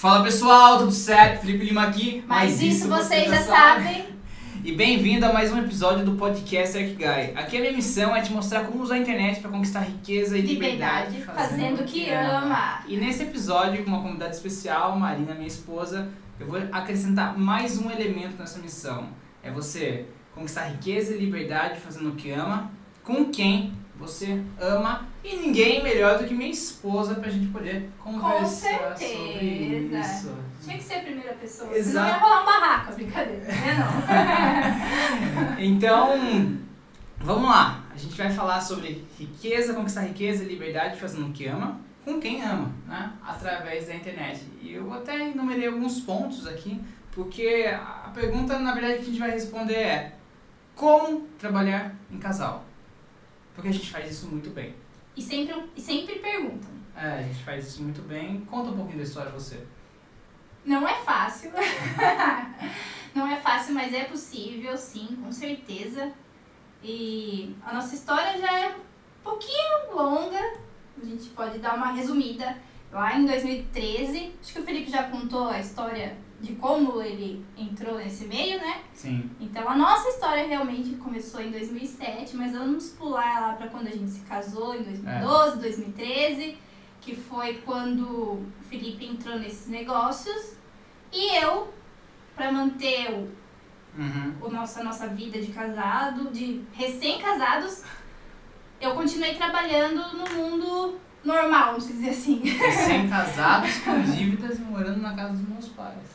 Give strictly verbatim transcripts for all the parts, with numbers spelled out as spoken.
Fala pessoal, tudo certo? Felipe Lima aqui. Mas, mas isso vocês já sabem. E bem-vindo a mais um episódio do podcast Ikigai. Aqui a minha missão é te mostrar como usar a internet para conquistar riqueza e liberdade, liberdade fazendo o que ama. E nesse episódio, com uma convidada especial, Marina, minha esposa, eu vou acrescentar mais um elemento nessa missão. É você conquistar riqueza e liberdade fazendo o que ama, com quem você ama, e ninguém melhor do que minha esposa pra gente poder conversar Com sobre isso. Tinha que ser a primeira pessoa, Exato. senão ia rolar um barraco, brincadeira, né não? Então, vamos lá. A gente vai falar sobre riqueza, conquistar riqueza e liberdade fazendo o que ama, com quem ama, né? Através da internet. E eu até enumerei alguns pontos aqui, porque a pergunta, na verdade, que a gente vai responder é: como trabalhar em casal? Porque a gente faz isso muito bem. E sempre, e sempre perguntam. É, a gente faz isso muito bem. Conta um pouquinho da história você. Não é fácil. Não é fácil, mas é possível, sim, com certeza. E a nossa história já é um pouquinho longa. A gente pode dar uma resumida. Lá em dois mil e treze, acho que o Felipe já contou a história de como ele entrou nesse meio, né? Sim. Então a nossa história realmente começou em dois mil e sete, mas vamos pular lá para quando a gente se casou, em dois mil e doze, é. dois mil e treze, que foi quando o Felipe entrou nesses negócios, e eu, para manter o, uhum. o nosso, a nossa vida de casado, de recém-casados, eu continuei trabalhando no mundo normal, vamos dizer assim. Recém-casados, com dívidas e morando na casa dos meus pais.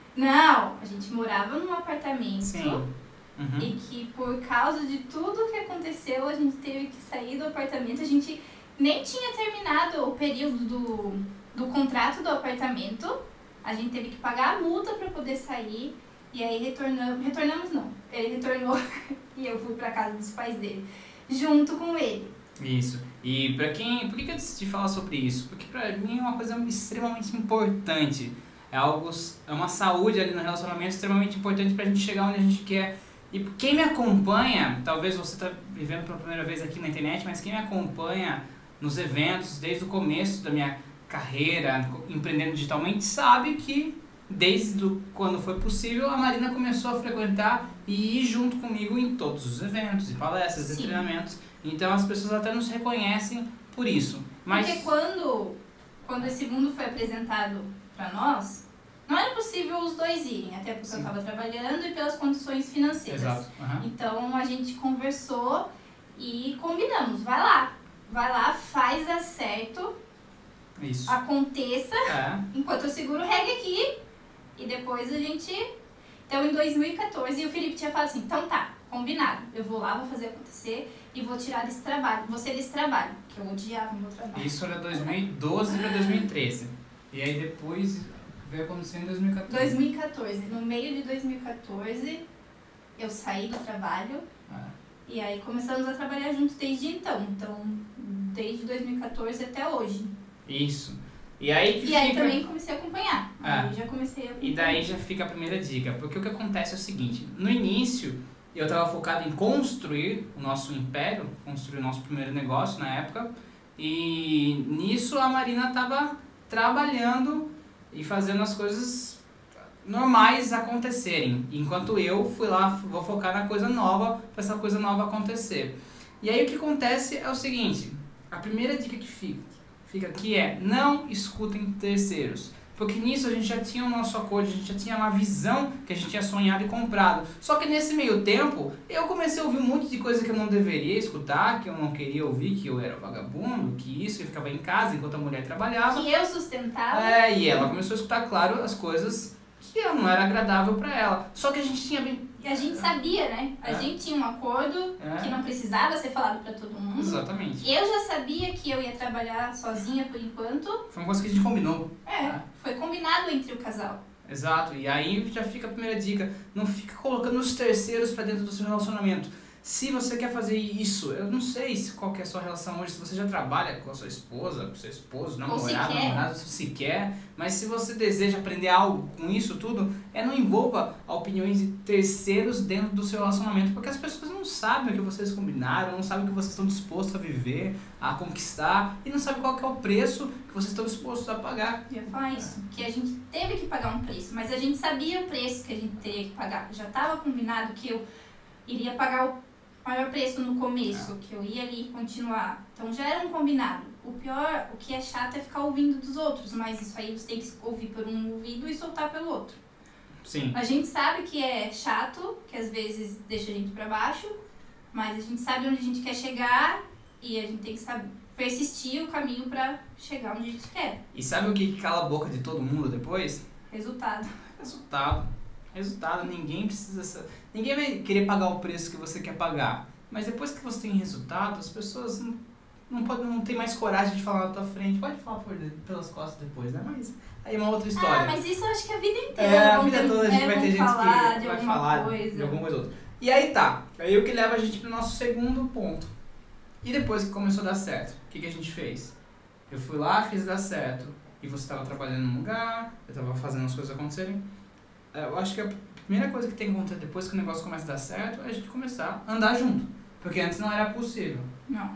Não, a gente morava num apartamento. Sim. Uhum. E que por causa de tudo que aconteceu, a gente teve que sair do apartamento. A gente nem tinha terminado o período do, do contrato do apartamento. A gente teve que pagar a multa para poder sair. E aí retornamos, retornamos não, ele retornou e eu fui para casa dos pais dele, junto com ele. Isso. E pra quem, por que eu decidi falar sobre isso? Porque pra mim é uma coisa extremamente importante. É algo, é uma saúde ali no relacionamento extremamente importante pra gente chegar onde a gente quer. E quem me acompanha, talvez você tá vivendo pela primeira vez aqui na internet, mas quem me acompanha nos eventos, desde o começo da minha carreira, empreendendo digitalmente, sabe que desde do, quando foi possível, a Marina começou a frequentar e ir junto comigo em todos os eventos, e palestras, Sim. e treinamentos. Então as pessoas até nos reconhecem por isso. Mas... Porque quando, quando esse mundo foi apresentado para nós, não era possível os dois irem, até porque Sim. eu estava trabalhando e pelas condições financeiras. Exato. Uhum. Então a gente conversou e combinamos, vai lá, vai lá, faz dar certo, Isso. aconteça, é. enquanto eu seguro o reggae aqui, e depois a gente... Então em dois mil e quatorze o Felipe tinha falado assim, então tá, combinado, eu vou lá, vou fazer acontecer e vou tirar desse trabalho, você desse trabalho, que eu odiava o meu trabalho. Isso era dois mil e doze para dois mil e treze. E aí depois veio acontecer em dois mil e quatorze. dois mil e quatorze. No meio de dois mil e quatorze, eu saí do trabalho é. e aí começamos a trabalhar juntos desde então. Então, desde dois mil e quatorze até hoje. Isso. E aí que E fica... aí também comecei a acompanhar. É. Aí já comecei a acompanhar. E daí já fica a primeira dica. Porque o que acontece é o seguinte, no início... Eu estava focado em construir o nosso império, construir o nosso primeiro negócio na época. E nisso a Marina estava trabalhando e fazendo as coisas normais acontecerem. Enquanto eu fui lá, vou focar na coisa nova, para essa coisa nova acontecer. E aí o que acontece é o seguinte, a primeira dica que fica, fica aqui é: não escutem terceiros. Porque nisso a gente já tinha o nosso acordo, a gente já tinha uma visão que a gente tinha sonhado e comprado. Só que nesse meio tempo, eu comecei a ouvir um monte de coisa que eu não deveria escutar, que eu não queria ouvir, que eu era vagabundo, que isso, que eu ficava em casa enquanto a mulher trabalhava. Que eu sustentava. É, e ela começou a escutar, claro, as coisas que não era agradável pra ela. Só que a gente tinha bem... E a gente sabia, né? A É. gente tinha um acordo É. que não precisava ser falado pra todo mundo. Exatamente. Eu já sabia que eu ia trabalhar sozinha por enquanto. Foi uma coisa que a gente combinou. É, É. foi combinado entre o casal. Exato, e aí já fica a primeira dica: não fica colocando os terceiros pra dentro do seu relacionamento. Se você quer fazer isso, eu não sei se qual que é a sua relação hoje, se você já trabalha com a sua esposa, com seu esposo, namorado, namorado, se você quer, mas se você deseja aprender algo com isso tudo, é não envolva opiniões de terceiros dentro do seu relacionamento, porque as pessoas não sabem o que vocês combinaram, não sabem o que vocês estão dispostos a viver, a conquistar, e não sabem qual que é o preço que vocês estão dispostos a pagar. Eu ia falar isso, que a gente teve que pagar um preço, mas a gente sabia o preço que a gente teria que pagar. Já estava combinado que eu iria pagar o maior preço no começo, que eu ia ali continuar. Então já era um combinado. O pior, o que é chato é ficar ouvindo dos outros, mas isso aí você tem que ouvir por um ouvido e soltar pelo outro. Sim. A gente sabe que é chato, que às vezes deixa a gente pra baixo, mas a gente sabe onde a gente quer chegar e a gente tem que saber persistir o caminho pra chegar onde a gente quer. E sabe o que cala a boca de todo mundo depois? Resultado. Resultado. Resultado, ninguém precisa, ninguém vai querer pagar o preço que você quer pagar, mas depois que você tem resultado, as pessoas não, não, pode, não tem mais coragem de falar na tua frente, pode falar por, pelas costas depois, né, mas aí é uma outra história. Ah, mas isso eu acho que a vida inteira. É, a vida toda a gente é, vai ter gente falar que de vai alguma falar coisa. de alguma coisa outra. E aí tá, aí o que leva a gente pro nosso segundo ponto. E depois que começou a dar certo, o que, que a gente fez? Eu fui lá, fiz dar certo, e você estava trabalhando num lugar, eu estava fazendo as coisas acontecerem. Eu acho que a primeira coisa que tem que acontecer depois que o negócio começa a dar certo é a gente começar a andar junto. Porque antes não era possível. Não.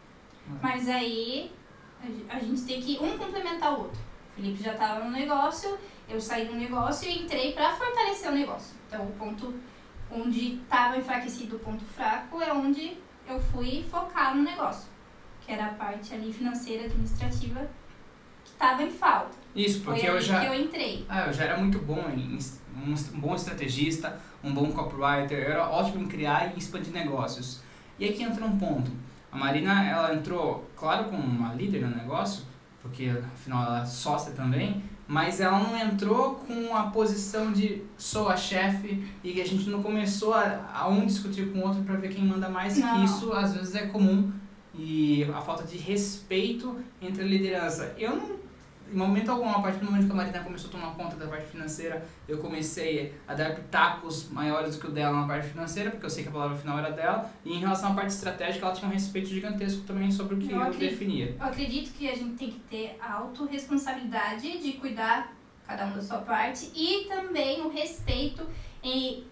Mas aí a gente tem que um complementar o outro. O Felipe já estava no negócio, eu saí do negócio e entrei para fortalecer o negócio. Então o ponto onde estava enfraquecido, o ponto fraco, é onde eu fui focar no negócio. Que era a parte ali financeira, administrativa, que estava em falta. Isso, porque Foi eu aí já... que eu entrei. Ah, eu já era muito bom em... Um, um bom estrategista, um bom copywriter, eu era ótimo em criar e expandir negócios. E aqui entra um ponto. A Marina, ela entrou, claro, como uma líder no negócio, porque afinal ela é sócia também, mas ela não entrou com a posição de sou a chefe e que a gente não começou a, a um discutir com o outro para ver quem manda mais, Não. que isso às vezes é comum, e a falta de respeito entre a liderança. Eu não, em momento algum, a partir do momento que a Marina começou a tomar conta da parte financeira, eu comecei a dar pitacos maiores do que o dela na parte financeira, porque eu sei que a palavra final era dela, e em relação à parte estratégica ela tinha um respeito gigantesco também sobre o que eu, eu acredito, definia. eu acredito que a gente tem que ter a autorresponsabilidade de cuidar cada um da sua parte e também o respeito e,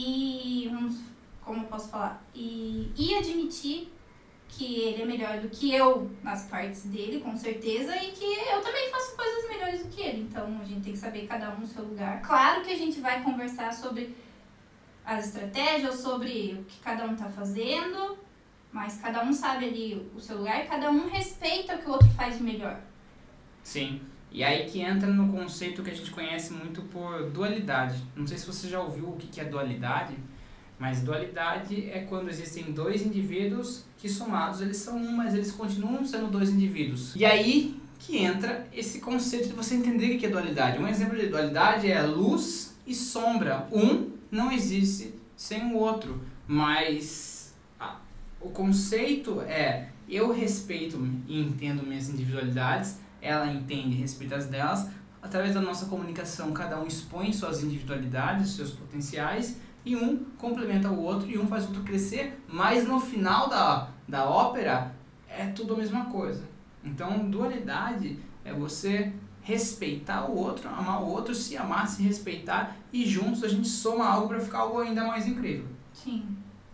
e como eu posso falar, e, e admitir que ele é melhor do que eu nas partes dele, com certeza, e que eu também faço coisas melhores do que ele. Então, a gente tem que saber cada um no seu lugar. Claro que a gente vai conversar sobre as estratégias, sobre o que cada um tá fazendo, mas cada um sabe ali o seu lugar e cada um respeita o que o outro faz de melhor. Sim. E aí que entra no conceito que a gente conhece muito por dualidade. Não sei se você já ouviu o que é dualidade, mas dualidade é quando existem dois indivíduos que somados eles são um, mas eles continuam sendo dois indivíduos. E aí que entra esse conceito de você entender o que é dualidade. Um exemplo de dualidade é luz e sombra. Um não existe sem o outro, mas ah, o conceito é eu respeito e entendo minhas individualidades, ela entende e respeita as delas. Através da nossa comunicação, cada um expõe suas individualidades, seus potenciais, e um complementa o outro e um faz o outro crescer, mas no final da, da ópera é tudo a mesma coisa. Então, dualidade é você respeitar o outro, amar o outro, se amar, se respeitar, e juntos a gente soma algo para ficar algo ainda mais incrível. Sim.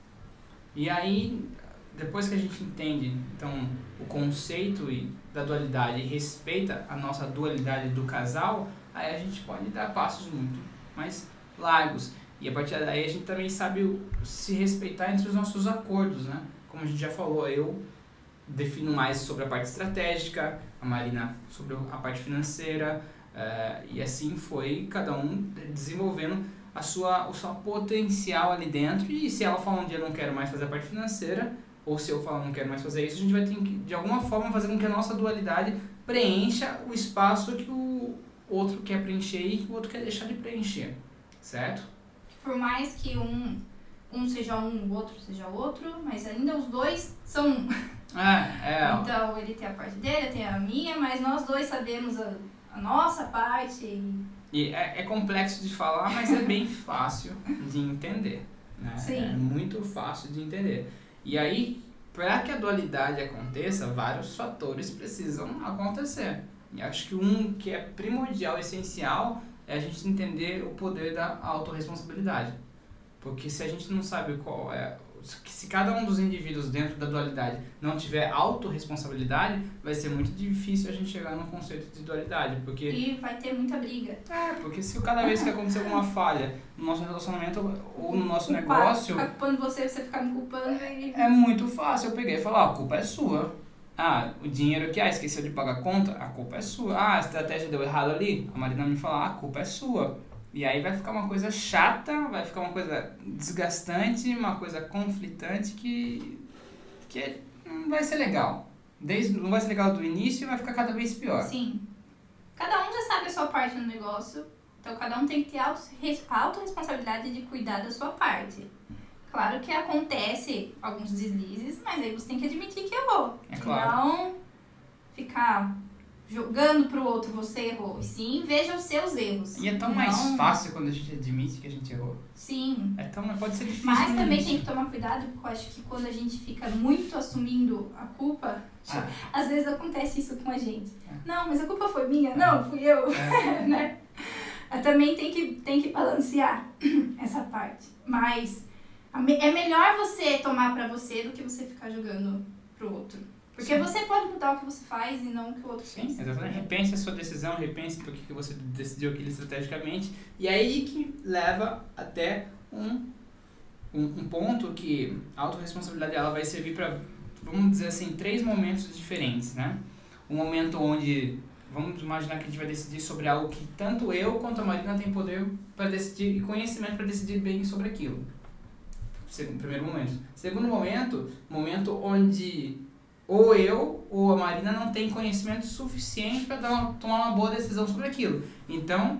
E aí, depois que a gente entende então o conceito e da dualidade e respeita a nossa dualidade do casal, aí a gente pode dar passos muito mais largos. E a partir daí a gente também sabe se respeitar entre os nossos acordos, né? Como a gente já falou, eu defino mais sobre a parte estratégica, a Marina sobre a parte financeira, uh, e assim foi cada um desenvolvendo a sua, o seu potencial ali dentro. E se ela falar um dia eu não quero mais fazer a parte financeira, ou se eu falar não quero mais fazer isso, a gente vai ter que, de alguma forma, fazer com que a nossa dualidade preencha o espaço que o outro quer preencher e que o outro quer deixar de preencher, certo? Por mais que um, um seja um, o outro seja outro, mas ainda os dois são um. É, é. Então, ele tem a parte dele, eu tenho a minha, mas nós dois sabemos a, a nossa parte. E é, é complexo de falar, mas é bem fácil de entender. Né? Sim. É muito fácil de entender. E aí, para que a dualidade aconteça, vários fatores precisam acontecer. E acho que um que é primordial, essencial, é a gente entender o poder da autorresponsabilidade. Porque se a gente não sabe qual é... Se cada um dos indivíduos dentro da dualidade não tiver autorresponsabilidade, vai ser muito difícil a gente chegar num conceito de dualidade. Porque... E vai ter muita briga. É, porque se cada vez que acontecer alguma falha no nosso relacionamento ou no nosso Culpar, negócio... Ficar culpando você, você ficar me culpando e... É muito fácil eu peguei e falar, ah, a culpa é sua. Ah, o dinheiro que, ah, esqueceu de pagar a conta, a culpa é sua. Ah, a estratégia deu errado ali, a Marina me fala, ah, a culpa é sua. E aí vai ficar uma coisa chata, vai ficar uma coisa desgastante, uma coisa conflitante que, que não vai ser legal. Desde, não vai ser legal do início e vai ficar cada vez pior. Sim. Cada um já sabe a sua parte no negócio, então cada um tem que ter auto, a autorresponsabilidade de cuidar da sua parte. Claro que acontece alguns deslizes, mas aí você tem que admitir que errou. É claro. Não ficar jogando pro outro você errou. E sim, veja os seus erros. E é tão Não... mais fácil quando a gente admite que a gente errou. Sim. É tão, pode ser difícil. Mas no também início. tem que tomar cuidado, porque eu acho que quando a gente fica muito assumindo a culpa, Ah. às vezes acontece isso com a gente. É. Não, mas a culpa foi minha. Não, fui eu. É. Né? Também tem que, tem que balancear essa parte. Mas é melhor você tomar pra você do que você ficar jogando pro outro. Porque Sim. você pode mudar o que você faz e não o que o outro Sim, faz. exatamente. Repense a sua decisão, repense por que que você decidiu aquilo estrategicamente. E aí que leva até um, um, um ponto que a autorresponsabilidade ela vai servir para, vamos dizer assim, três momentos diferentes, né? Um momento onde, vamos imaginar que a gente vai decidir sobre algo que tanto eu quanto a Marina tem poder para decidir e conhecimento para decidir bem sobre aquilo. Segundo, primeiro momento. Segundo momento, momento onde ou eu ou a Marina não tem conhecimento suficiente para tomar uma boa decisão sobre aquilo. Então,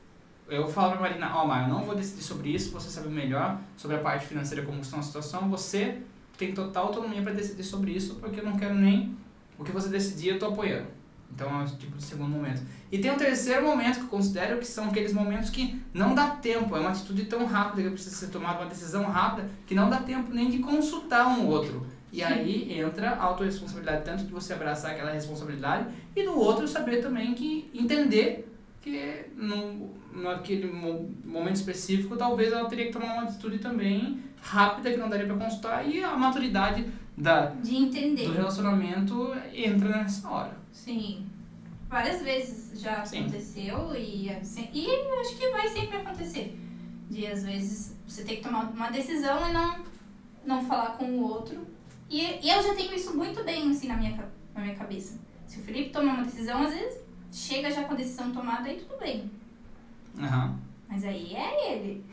eu falo para a Marina, ó, oh, Mar, eu não vou decidir sobre isso, você sabe melhor sobre a parte financeira, como está a situação, você tem total autonomia para decidir sobre isso, porque eu não quero nem o que você decidir, eu tô apoiando. Então é o tipo de segundo momento. E tem um terceiro momento que eu considero que são aqueles momentos que não dá tempo, é uma atitude tão rápida que precisa ser tomada, uma decisão rápida, que não dá tempo nem de consultar um outro. E aí entra a autorresponsabilidade, tanto de você abraçar aquela responsabilidade e do outro saber também que entender que no, naquele momento específico talvez ela teria que tomar uma atitude também rápida que não daria para consultar e a maturidade da, de entender. do relacionamento entra nessa hora. Sim. Várias vezes já Sim. aconteceu e, e acho que vai sempre acontecer. De às vezes você ter que tomar uma decisão e não, não falar com o outro. E, e eu já tenho isso muito bem assim na minha, na minha cabeça. Se o Felipe tomar uma decisão, às vezes chega já com a decisão tomada e tudo bem. Uhum. Mas aí é ele.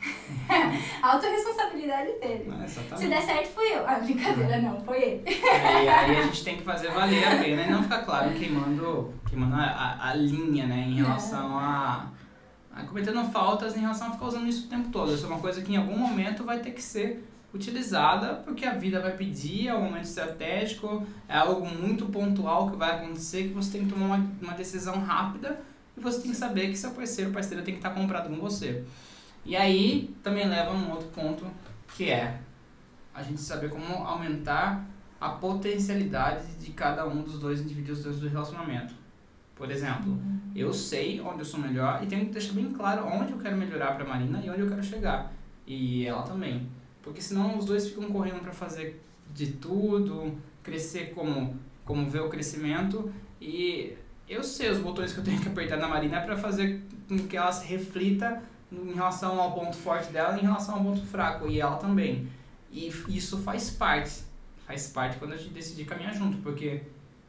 A autorresponsabilidade dele. É, exatamente. Se der certo, fui eu. Ah, brincadeira, não, foi ele. É, e aí a gente tem que fazer valer a pena e não ficar claro queimando, queimando a, a, a linha, né, em relação a, a cometendo faltas em relação a ficar usando isso o tempo todo. Isso é uma coisa que em algum momento vai ter que ser utilizada, porque a vida vai pedir, é um momento estratégico, é algo muito pontual que vai acontecer, que você tem que tomar uma, uma decisão rápida e você tem que saber que seu parceiro ou parceira tem que estar comprado com você. E aí também leva a um outro ponto, que é a gente saber como aumentar a potencialidade de cada um dos dois indivíduos dentro do relacionamento. Por exemplo, eu sei onde eu sou melhor e tenho que deixar bem claro onde eu quero melhorar para a Marina e onde eu quero chegar. E ela também. Porque senão os dois ficam correndo para fazer de tudo, crescer como, como ver o crescimento. E eu sei os botões que eu tenho que apertar na Marina para fazer com que ela se reflita em relação ao ponto forte dela e em relação ao ponto fraco. E ela também. E isso faz parte. Faz parte quando a gente decidir caminhar junto. Porque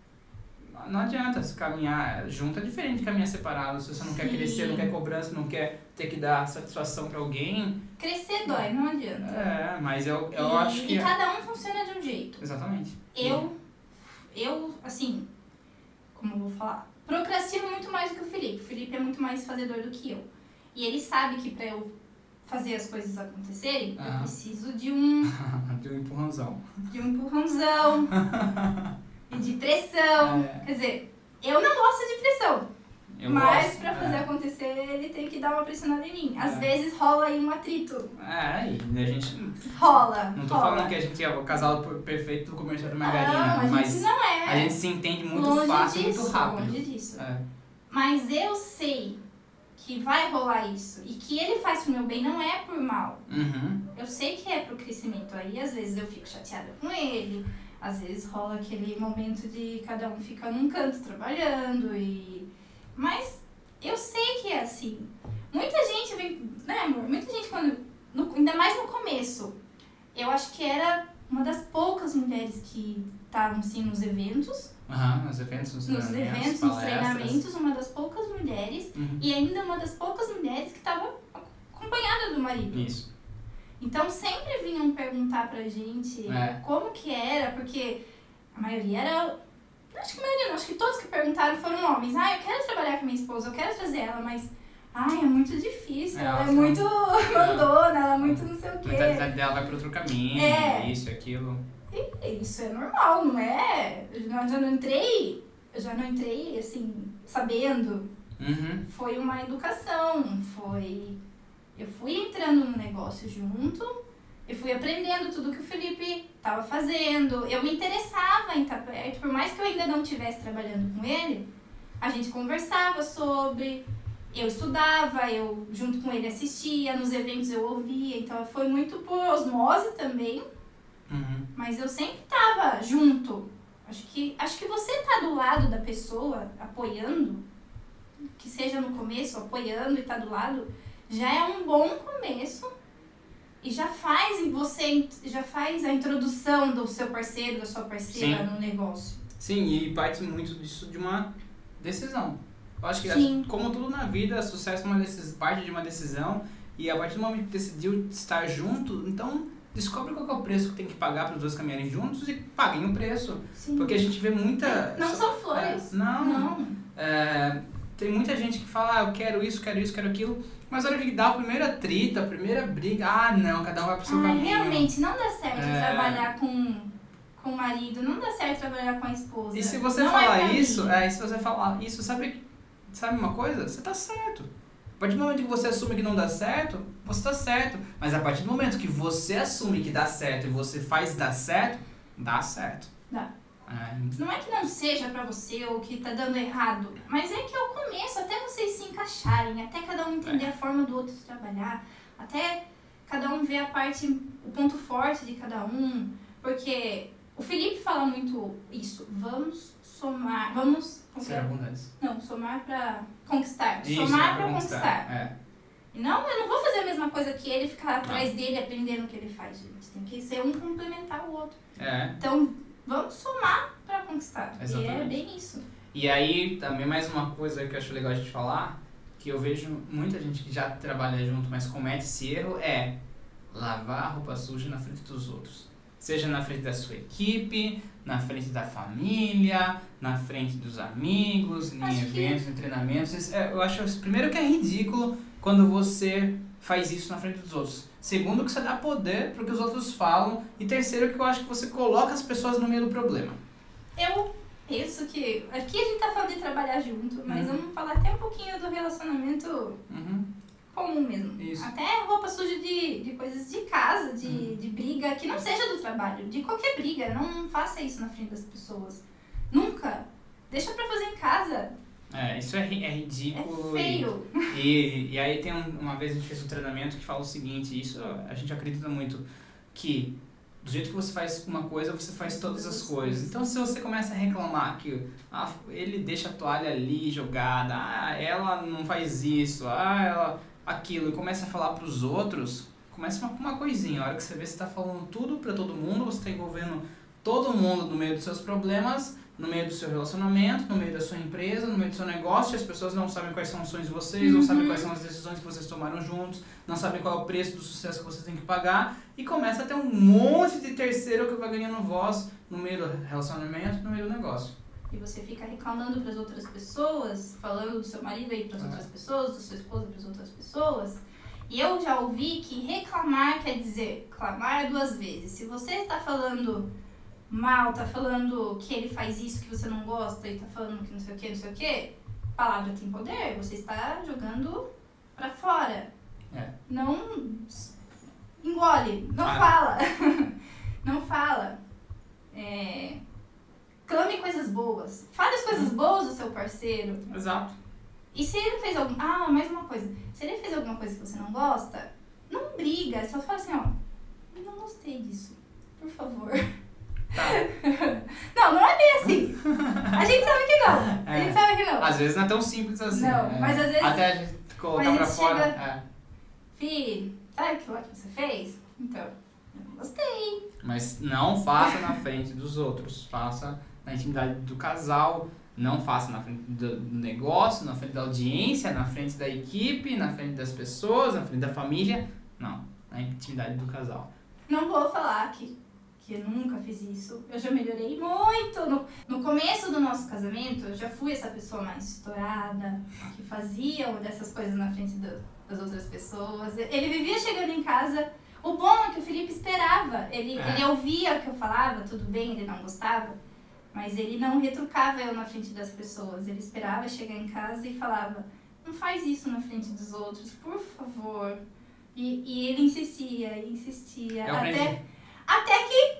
não adianta se caminhar junto, é diferente de caminhar separado. Se você não quer Sim. crescer, não quer cobrança, não quer ter que dar satisfação para alguém. Crescer dói, não adianta. É, mas eu, eu e, acho que... E cada um funciona de um jeito. Exatamente. Eu, eu, assim, como eu vou falar, procrastino muito mais do que o Felipe. O Felipe é muito mais fazedor do que eu. E ele sabe que pra eu fazer as coisas acontecerem, Ah. eu preciso de um... de um empurrãozão. De um empurrãozão. E de pressão. É. Quer dizer, eu não gosto de pressão. Eu mas gosto, pra fazer é. acontecer, ele tem que dá uma pressionada em mim. Às É. vezes rola aí um atrito. É, e a gente... Rola. Não tô rola. falando que a gente é o casal perfeito do comercial de margarina, Não, a mas gente não é. a gente se entende muito longe fácil e disso, muito rápido. Longe disso. É. Mas eu sei que vai rolar isso. E que ele faz pro meu bem não é por mal. Uhum. Eu sei que é pro crescimento. Aí às vezes eu fico chateada com ele. Às vezes rola aquele momento de cada um ficar num canto trabalhando. E... Mas eu sei que é assim. Muita gente vem, né, amor? Muita gente quando, no, ainda mais no começo, eu acho que era uma das poucas mulheres que estavam assim nos eventos, Uhum, nos eventos, nos, nos treinamentos, eventos, nos palestras. treinamentos, uma das poucas mulheres Uhum. e ainda uma das poucas mulheres que estava acompanhada do marido. Isso. Então sempre vinham perguntar pra gente É. como que era, porque a maioria era, acho que a maioria não, acho que todos que perguntaram foram homens. Ah, eu quero trabalhar com minha esposa, eu quero trazer ela, mas ai, é muito difícil, É, ela é ela muito mandona, ela é muito não sei o A quê. mentalidade dela vai para outro caminho, É. isso, aquilo. E isso é normal, não é? Eu já já não entrei, eu já não entrei assim, sabendo. Uhum. Foi uma educação, foi... Eu fui entrando no negócio junto, eu fui aprendendo tudo que o Felipe estava fazendo, eu me interessava em estar perto, por mais que eu ainda não estivesse trabalhando com ele, a gente conversava sobre, eu estudava, eu junto com ele assistia, nos eventos eu ouvia, então foi muito por osmose também, Uhum. mas eu sempre estava junto. Acho que, acho que você tá do lado da pessoa, apoiando, que seja no começo, apoiando e tá do lado, já é um bom começo e já faz em você, já faz a introdução do seu parceiro, da sua parceira Sim. no negócio. Sim, e parte muito disso de uma decisão. Eu acho que, Sim. como tudo na vida, sucesso é uma decisão, parte de uma decisão, e a partir do momento que decidiu estar junto, então descobre qual que é o preço que tem que pagar para os dois caminharem juntos e paguem o preço. Sim. Porque a gente vê muita... Não são flores. É, não, Não. É, tem muita gente que fala, ah, eu quero isso, quero isso, quero aquilo, mas a hora que dá a primeira trita, a primeira briga, ah não, cada um vai pro seu Ai, caminho. realmente, não dá certo É. trabalhar com, com o marido, não dá certo trabalhar com a esposa. E se você Não é falar pra isso, mim. é, e se você falar isso, sabe, sabe uma coisa? Você tá certo. A partir do momento que você assume que não dá certo, você tá certo. Mas a partir do momento que você assume que dá certo e você faz dar certo, dá certo. Dá. É, Não é que não seja pra você ou que tá dando errado, mas é que é o começo, até vocês se encaixarem, até cada um entender É. a forma do outro trabalhar, até cada um ver a parte, o ponto forte de cada um, porque o Felipe fala muito isso, vamos somar, vamos... como que ser é? abundante. Não, somar pra conquistar, Isso, somar é pra conquistar. É. E não, eu não vou fazer a mesma coisa que ele, ficar atrás dele aprendendo o que ele faz, gente, tem que ser um complementar o outro. É. Então, vamos somar pra conquistar. E é Exatamente. bem isso. E aí, também mais uma coisa que eu acho legal a gente falar, que eu vejo muita gente que já trabalha junto, mas comete esse erro, é lavar a roupa suja na frente dos outros. Seja na frente da sua equipe, na frente da família, na frente dos amigos, em Acho que- eventos, em treinamentos. Isso é- eu acho, primeiro, que é ridículo quando você faz isso na frente dos outros. Segundo, que você dá poder para o que os outros falam. E terceiro, que eu acho que você coloca as pessoas no meio do problema. Eu penso que... Aqui a gente tá falando de trabalhar junto, mas Uhum. vamos falar até um pouquinho do relacionamento Uhum. comum mesmo. Isso. Até roupa suja de, de coisas de casa, de, Uhum. de briga, que não seja do trabalho, de qualquer briga. Não faça isso na frente das pessoas. Nunca. Deixa pra fazer em casa. É, isso é, ri- é É ridículo. e- feio. E, e aí tem um, uma vez a gente fez um treinamento que fala o seguinte, isso a gente acredita muito, que do jeito que você faz uma coisa, você faz todas as coisas. Então se você começa a reclamar que ah, ele deixa a toalha ali jogada, ah, ela não faz isso, ah, ela aquilo, e começa a falar pros outros, começa uma, uma coisinha, a hora que você vê, você tá falando tudo pra todo mundo, você tá envolvendo todo mundo no meio dos seus problemas, no meio do seu relacionamento, no meio da sua empresa, no meio do seu negócio, e as pessoas não sabem quais são os sonhos de vocês, não Uhum. sabem quais são as decisões que vocês tomaram juntos, não sabem qual é o preço do sucesso que vocês têm que pagar, e começa a ter um monte de terceiro que vai ganhando voz no meio do relacionamento, no meio do negócio. E você fica reclamando pras outras pessoas, falando do seu marido aí pras É. outras pessoas, da sua esposa pras outras pessoas. E eu já ouvi que reclamar quer dizer clamar duas vezes. Se você tá falando mal, tá falando que ele faz isso que você não gosta e tá falando que não sei o que, não sei o que, palavra tem poder, você está jogando pra não engole, não Ah. fala. Não fala. É, clame coisas boas. Fale as coisas boas do seu parceiro. Exato. E se ele fez algum... Ah, mais uma coisa. Se ele fez alguma coisa que você não gosta, não briga. Só fala assim, ó. Não gostei disso. Por favor. Tá. Não, não é bem assim. A gente sabe que não. A É. gente sabe que não. Às vezes não é tão simples assim. Não, é. mas às vezes- Até a gente colocar mas pra gente fora. chega- é. Fih, sabe aquilo lá que você fez? Então, eu não gostei. Mas não faça na frente dos outros. Faça na intimidade do casal. Não faça na frente do do negócio, na frente da audiência, na frente da equipe, na frente das pessoas, na frente da família. Não, na intimidade do casal. Não vou falar que, que eu nunca fiz isso. Eu já melhorei muito. No, no começo do nosso casamento, eu já fui essa pessoa mais estourada, que fazia uma dessas coisas na frente do- das outras pessoas. Ele vivia chegando em casa. O bom é que o Felipe esperava. Ele, É. ele ouvia o que eu falava, tudo bem, ele não gostava. Mas ele não retrucava eu na frente das pessoas. Ele esperava chegar em casa e falava, não faz isso na frente dos outros, por favor. E, e ele insistia, insistia. Eu aprendi. Até, até que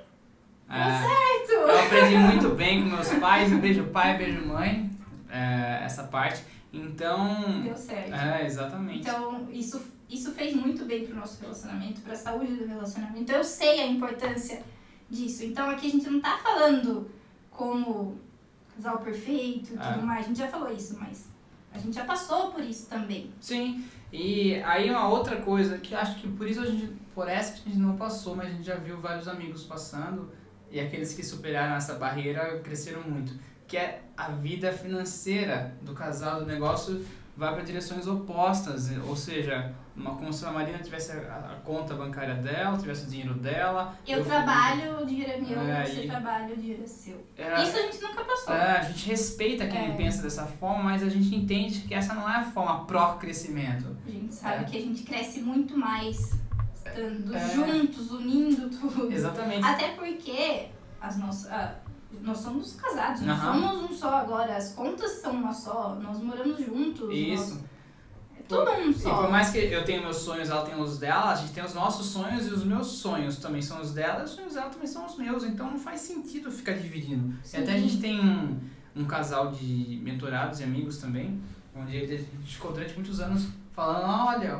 É, certo! eu aprendi muito bem com meus pais. Um beijo pai, beijo mãe. É, essa parte. Então. Deu certo. É, exatamente. Então, isso, isso fez muito bem pro nosso relacionamento, pra saúde do relacionamento. Então, eu sei a importância disso. Então, aqui a gente não tá falando como casal perfeito e tudo É. mais. A gente já falou isso, mas a gente já passou por isso também. Sim, e aí uma outra coisa que acho que por isso a gente, por essa que a gente não passou, mas a gente já viu vários amigos passando e aqueles que superaram essa barreira cresceram muito, que é a vida financeira do casal, do negócio vai para direções opostas, ou seja, uma, como se a Marina tivesse a, a conta bancária dela, tivesse o dinheiro dela. Eu, eu trabalho, o dinheiro é meu, É, você e- trabalha, o dinheiro é seu. É, Isso a gente nunca passou. é, a gente respeita quem É. pensa dessa forma, mas a gente entende que essa não é a forma pró-crescimento. A gente sabe É. que a gente cresce muito mais estando É. juntos, unindo tudo. Exatamente. Até porque as nossas, ah, nós somos casados, não Aham. somos um só agora. As contas são uma só, nós moramos juntos. Isso. nós- é tudo um E só. por mais que eu tenha meus sonhos, ela tem os dela, a gente tem os nossos sonhos e os meus sonhos também são os dela e os sonhos dela também são os meus. Então não faz sentido ficar dividindo. E Sim. até a gente tem um, um casal de mentorados e amigos também, onde a gente ficou durante muitos anos falando, olha,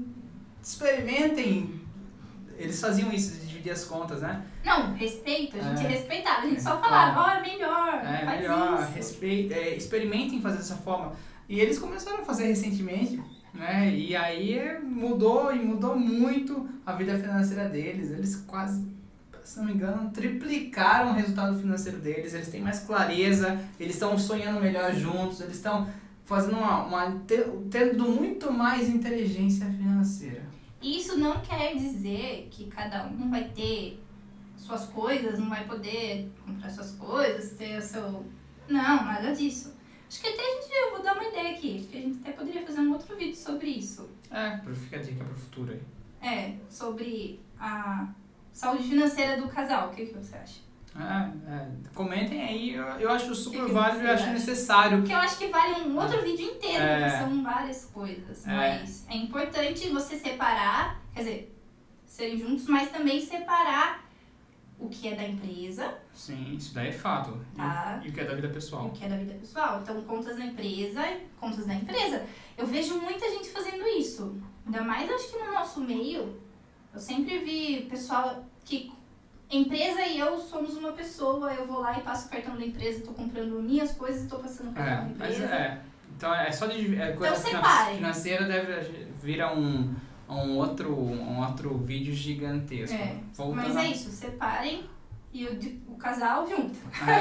experimentem. Eles faziam isso, de dividir as contas, né? Não, respeito, a gente É. respeitava, a gente só É, falava, ó, é melhor, É faz melhor, isso. respeite, é, experimentem fazer dessa forma. E eles começaram a fazer recentemente, né? E aí é, mudou e mudou muito a vida financeira deles. Eles quase, se não me engano, triplicaram o resultado financeiro deles. Eles têm mais clareza, eles estão sonhando melhor juntos, eles estão fazendo uma, uma te- tendo muito mais inteligência financeira. Isso não quer dizer que cada um vai ter suas coisas, não vai poder comprar suas coisas, ter o seu... Não, nada disso. Acho que até a gente, eu vou dar uma ideia aqui, acho que a gente até poderia fazer um outro vídeo sobre isso. É, fica a dica pro futuro aí. É, sobre a saúde financeira do casal, o que, que você acha? É, é, comentem aí, eu, eu acho super Que que válido e você acho acha? necessário. Porque eu acho que vale um outro vídeo inteiro, É. porque são várias coisas. É. Mas é importante você separar, quer dizer, serem juntos, mas também separar o que é da empresa Sim, isso daí é fato. E, Tá. e o que é da vida e o pessoal. que é da vida pessoal. Então, contas da empresa, contas da empresa. Eu vejo muita gente fazendo isso. Ainda mais, acho que no nosso meio, eu sempre vi pessoal que... Empresa e eu somos uma pessoa, eu vou lá e passo o cartão da empresa, tô comprando minhas coisas e tô passando o cartão da É, mas empresa. é. Então é só de é, coisa Então, finan- separe. financeira deve vir um, um, outro, um outro vídeo gigantesco. É, Voltando Mas a- é isso, separem e o, de- o casal junto.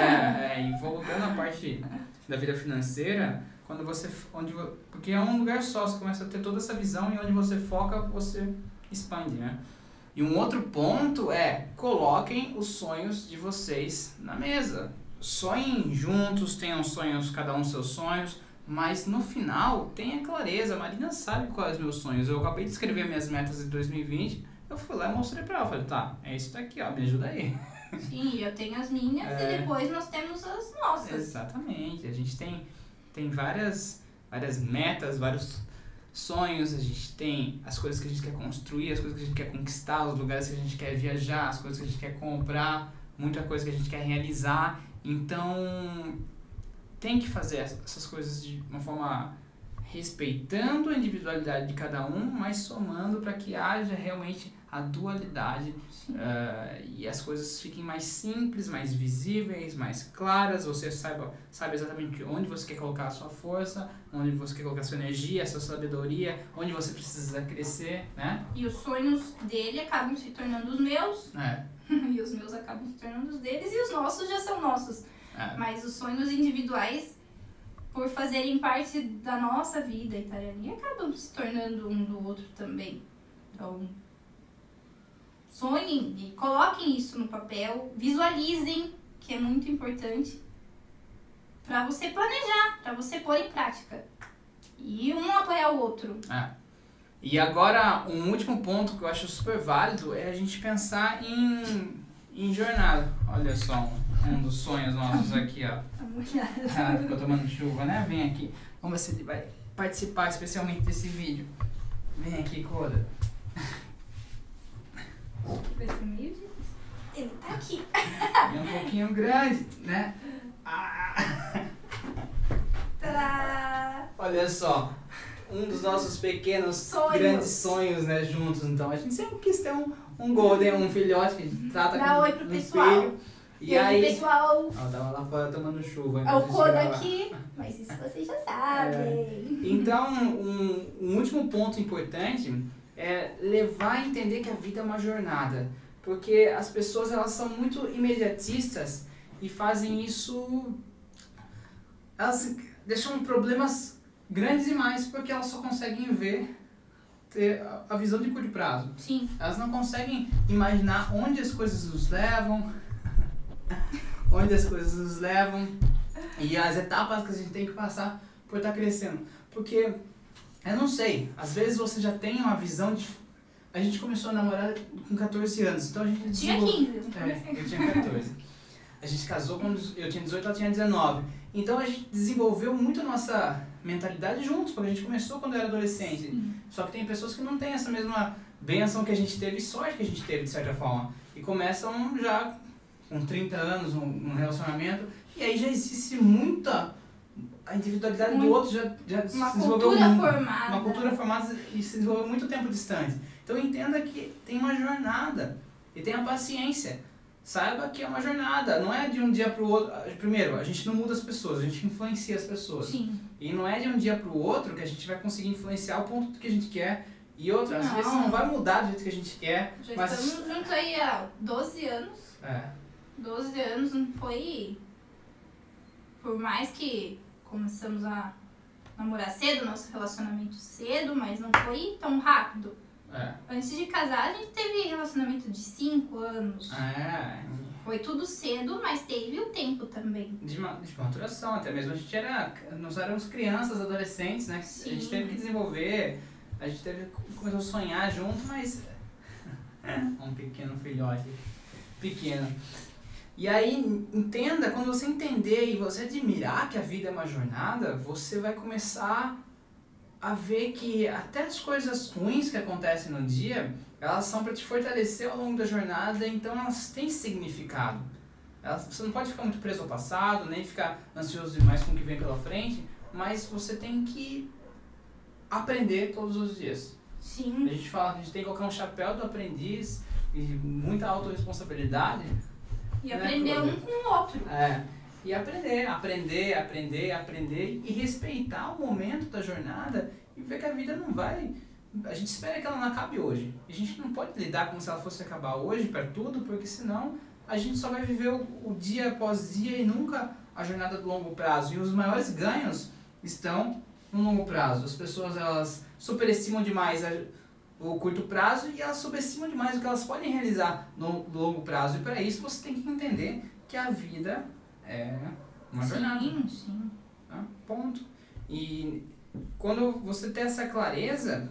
É, é, e voltando à parte da vida financeira, quando você. Onde, vo- porque é um lugar só, você começa a ter toda essa visão e onde você foca, você expande, né? E um outro ponto é, coloquem os sonhos de vocês na mesa. Sonhem juntos, tenham sonhos, cada um seus sonhos, mas no final tenha clareza. A Marina sabe quais são os meus sonhos. Eu acabei de escrever minhas metas de dois mil e vinte, eu fui lá e mostrei pra ela. Falei, tá, é isso daqui, ó, me ajuda aí. Sim, eu tenho as minhas É. e depois nós temos as nossas. Exatamente. A gente tem, tem várias, várias metas, vários, sonhos, a gente tem as coisas que a gente quer construir, as coisas que a gente quer conquistar, os lugares que a gente quer viajar, as coisas que a gente quer comprar, muita coisa que a gente quer realizar. Então, tem que fazer essas coisas de uma forma respeitando a individualidade de cada um, mas somando para que haja realmente a dualidade uh, e as coisas fiquem mais simples, mais visíveis, mais claras, você saiba, sabe exatamente onde você quer colocar a sua força, onde você quer colocar a sua energia, a sua sabedoria, onde você precisa crescer, né? E os sonhos dele acabam se tornando os meus, É. e os meus acabam se tornando os deles, e os nossos já são nossos. É. Mas os sonhos individuais, por fazerem parte da nossa vida e tarani, acabam se tornando um do outro também. Então, sonhem e coloquem isso no papel, visualizem, que é muito importante, para você planejar, para você pôr em prática. E um apoiar o outro. É. E agora, um último ponto que eu acho super válido é a gente pensar em, em jornada. Olha só, um, um dos sonhos nossos aqui, ó. Ah, ficou tomando chuva, né? Vem aqui. Vamos ver se ele vai participar especialmente desse vídeo. Vem aqui, Coda. Ele tá aqui. É um pouquinho grande, né? Ah. Tadá! Olha só, um dos nossos pequenos Sonhos. grandes sonhos, né, juntos. Então, a gente sempre quis ter um, um golden, um filhote que a gente trata Dá como oi pro um pessoal. filho. E E aí, aí... pessoal, Ó, tava lá fora tomando chuva. é o antes de Coda chegar lá. aqui, mas isso vocês já sabem. Então, um, um último ponto importante é levar a entender que a vida é uma jornada. Porque as pessoas, elas são muito imediatistas e fazem isso... Elas deixam problemas grandes demais porque elas só conseguem ver, ter a- a visão de curto prazo. Sim. Elas não conseguem imaginar onde as coisas nos levam, onde as coisas nos levam e as etapas que a gente tem que passar por estar crescendo. Porque, eu não sei, às vezes você já tem uma visão de... A gente começou a namorar com quatorze anos, então a gente Tinha desenvolveu- quinze. É, eu tinha quatorze. A gente casou quando eu tinha dezoito, ela tinha dezenove. Então a gente desenvolveu muito a nossa mentalidade juntos, porque a gente começou quando era adolescente. Sim. Só que tem pessoas que não têm essa mesma benção que a gente teve, sorte que a gente teve, de certa forma. E começam já com trinta anos um, um relacionamento, e aí já existe muita... A individualidade do Muito. outro já, já Uma se desenvolveu cultura muito. formada. Uma cultura formada e se desenvolveu muito tempo distante. Então entenda que tem uma jornada e tenha paciência. Saiba que é uma jornada, não é de um dia para o outro. Primeiro, a gente não muda as pessoas, a gente influencia as pessoas. Sim. E não é de um dia para o outro que a gente vai conseguir influenciar o ponto que a gente quer. E outra, às Não. vezes não vai mudar do jeito que a gente quer. Já mas estamos juntos aí há doze anos. É, doze anos não foi... Por mais que começamos a namorar cedo, nosso relacionamento cedo, mas não foi tão rápido. é, Antes de casar, a gente teve relacionamento de cinco anos. é. Foi tudo cedo, mas teve o tempo também. De, ma- de maturação, até mesmo a gente era, nós éramos crianças, adolescentes, né? Sim. A gente teve que desenvolver, a gente teve começou a sonhar junto, mas um pequeno filhote, pequeno. E aí, entenda, quando você entender e você admirar que a vida é uma jornada, você vai começar a ver que até as coisas ruins que acontecem no dia, elas são para te fortalecer ao longo da jornada, então elas têm significado. Elas, você não pode ficar muito preso ao passado, nem ficar ansioso demais com o que vem pela frente, mas você tem que aprender todos os dias. Sim. A gente fala que a gente tem que colocar um chapéu do aprendiz e muita autorresponsabilidade. E Né, aprender Cláudia? um com o outro. É, e aprender, aprender, aprender, aprender e respeitar o momento da jornada e ver que a vida não vai... A gente espera que ela não acabe hoje. A gente não pode lidar como se ela fosse acabar hoje para tudo, porque senão a gente só vai viver o, o dia após dia e nunca a jornada do longo prazo. E os maiores ganhos estão no longo prazo. As pessoas, elas superestimam demais a, o curto prazo e elas subestimam demais o que elas podem realizar no longo prazo. E para isso você tem que entender que a vida é uma jornada. Sim, sim. Tá? Ponto. E quando você tem essa clareza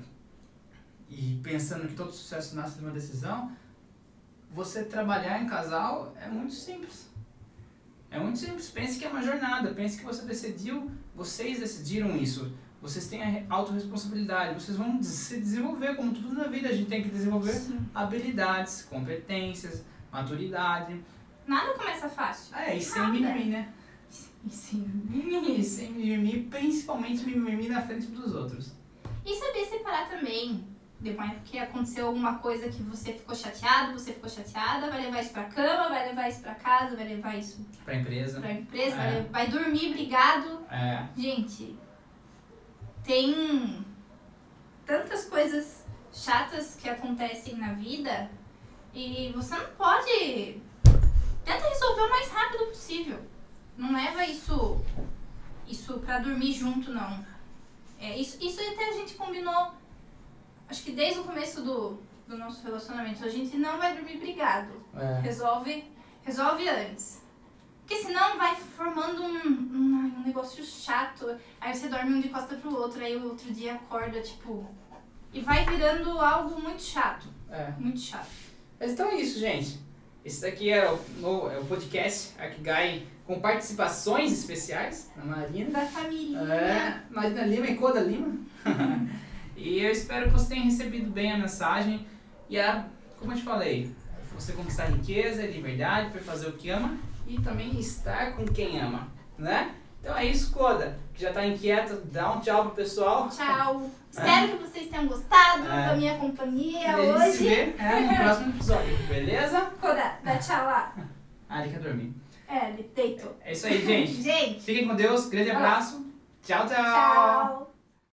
e pensando que todo sucesso nasce de uma decisão, você trabalhar em casal é muito simples. É muito simples. Pense que é uma jornada. Pense que você decidiu, vocês decidiram isso. vocês têm a autorresponsabilidade, vocês vão se desenvolver, como tudo na vida, a gente tem que desenvolver Sim. habilidades, competências, maturidade. Nada começa fácil. É, e sem mimimi, né? E sem mimimi. E sem mimimi, principalmente mimimi na frente dos outros. E saber separar também. Depois que aconteceu alguma coisa que você ficou chateado, você ficou chateada, vai levar isso pra cama, vai levar isso pra casa, vai levar isso pra empresa, pra empresa é. vai, vai dormir brigado. É. Gente, tem tantas coisas chatas que acontecem na vida e você não pode... Tenta resolver o mais rápido possível. Não leva isso, isso pra dormir junto, não. É, isso, isso até a gente combinou, acho que desde o começo do, do nosso relacionamento. A gente não vai dormir brigado. É. Resolve, resolve antes. Porque senão vai formando um, um, um negócio chato. Aí você dorme um de costa pro outro, aí o outro dia acorda, tipo... E vai virando algo muito chato. É. Muito chato. Mas então é isso, gente. Esse daqui é o, no, é o podcast Akigai com participações especiais da Marina. Da família. É, Marina Lima e Koda Lima. E eu espero que você tenha recebido bem a mensagem. E a, como eu te falei, você conquistar riqueza, liberdade para fazer o que ama e também estar com quem ama, né? Então é isso, Koda, que já tá inquieta, dá um tchau pro pessoal. Tchau. Espero que vocês tenham gostado É. da minha companhia E a gente hoje. se vê é, no próximo episódio, beleza? Koda, dá tchau lá. Ah, ele quer dormir. É, ele deitou. É isso aí, gente. Gente. Fiquem com Deus, grande abraço. Tchau, tchau. Tchau.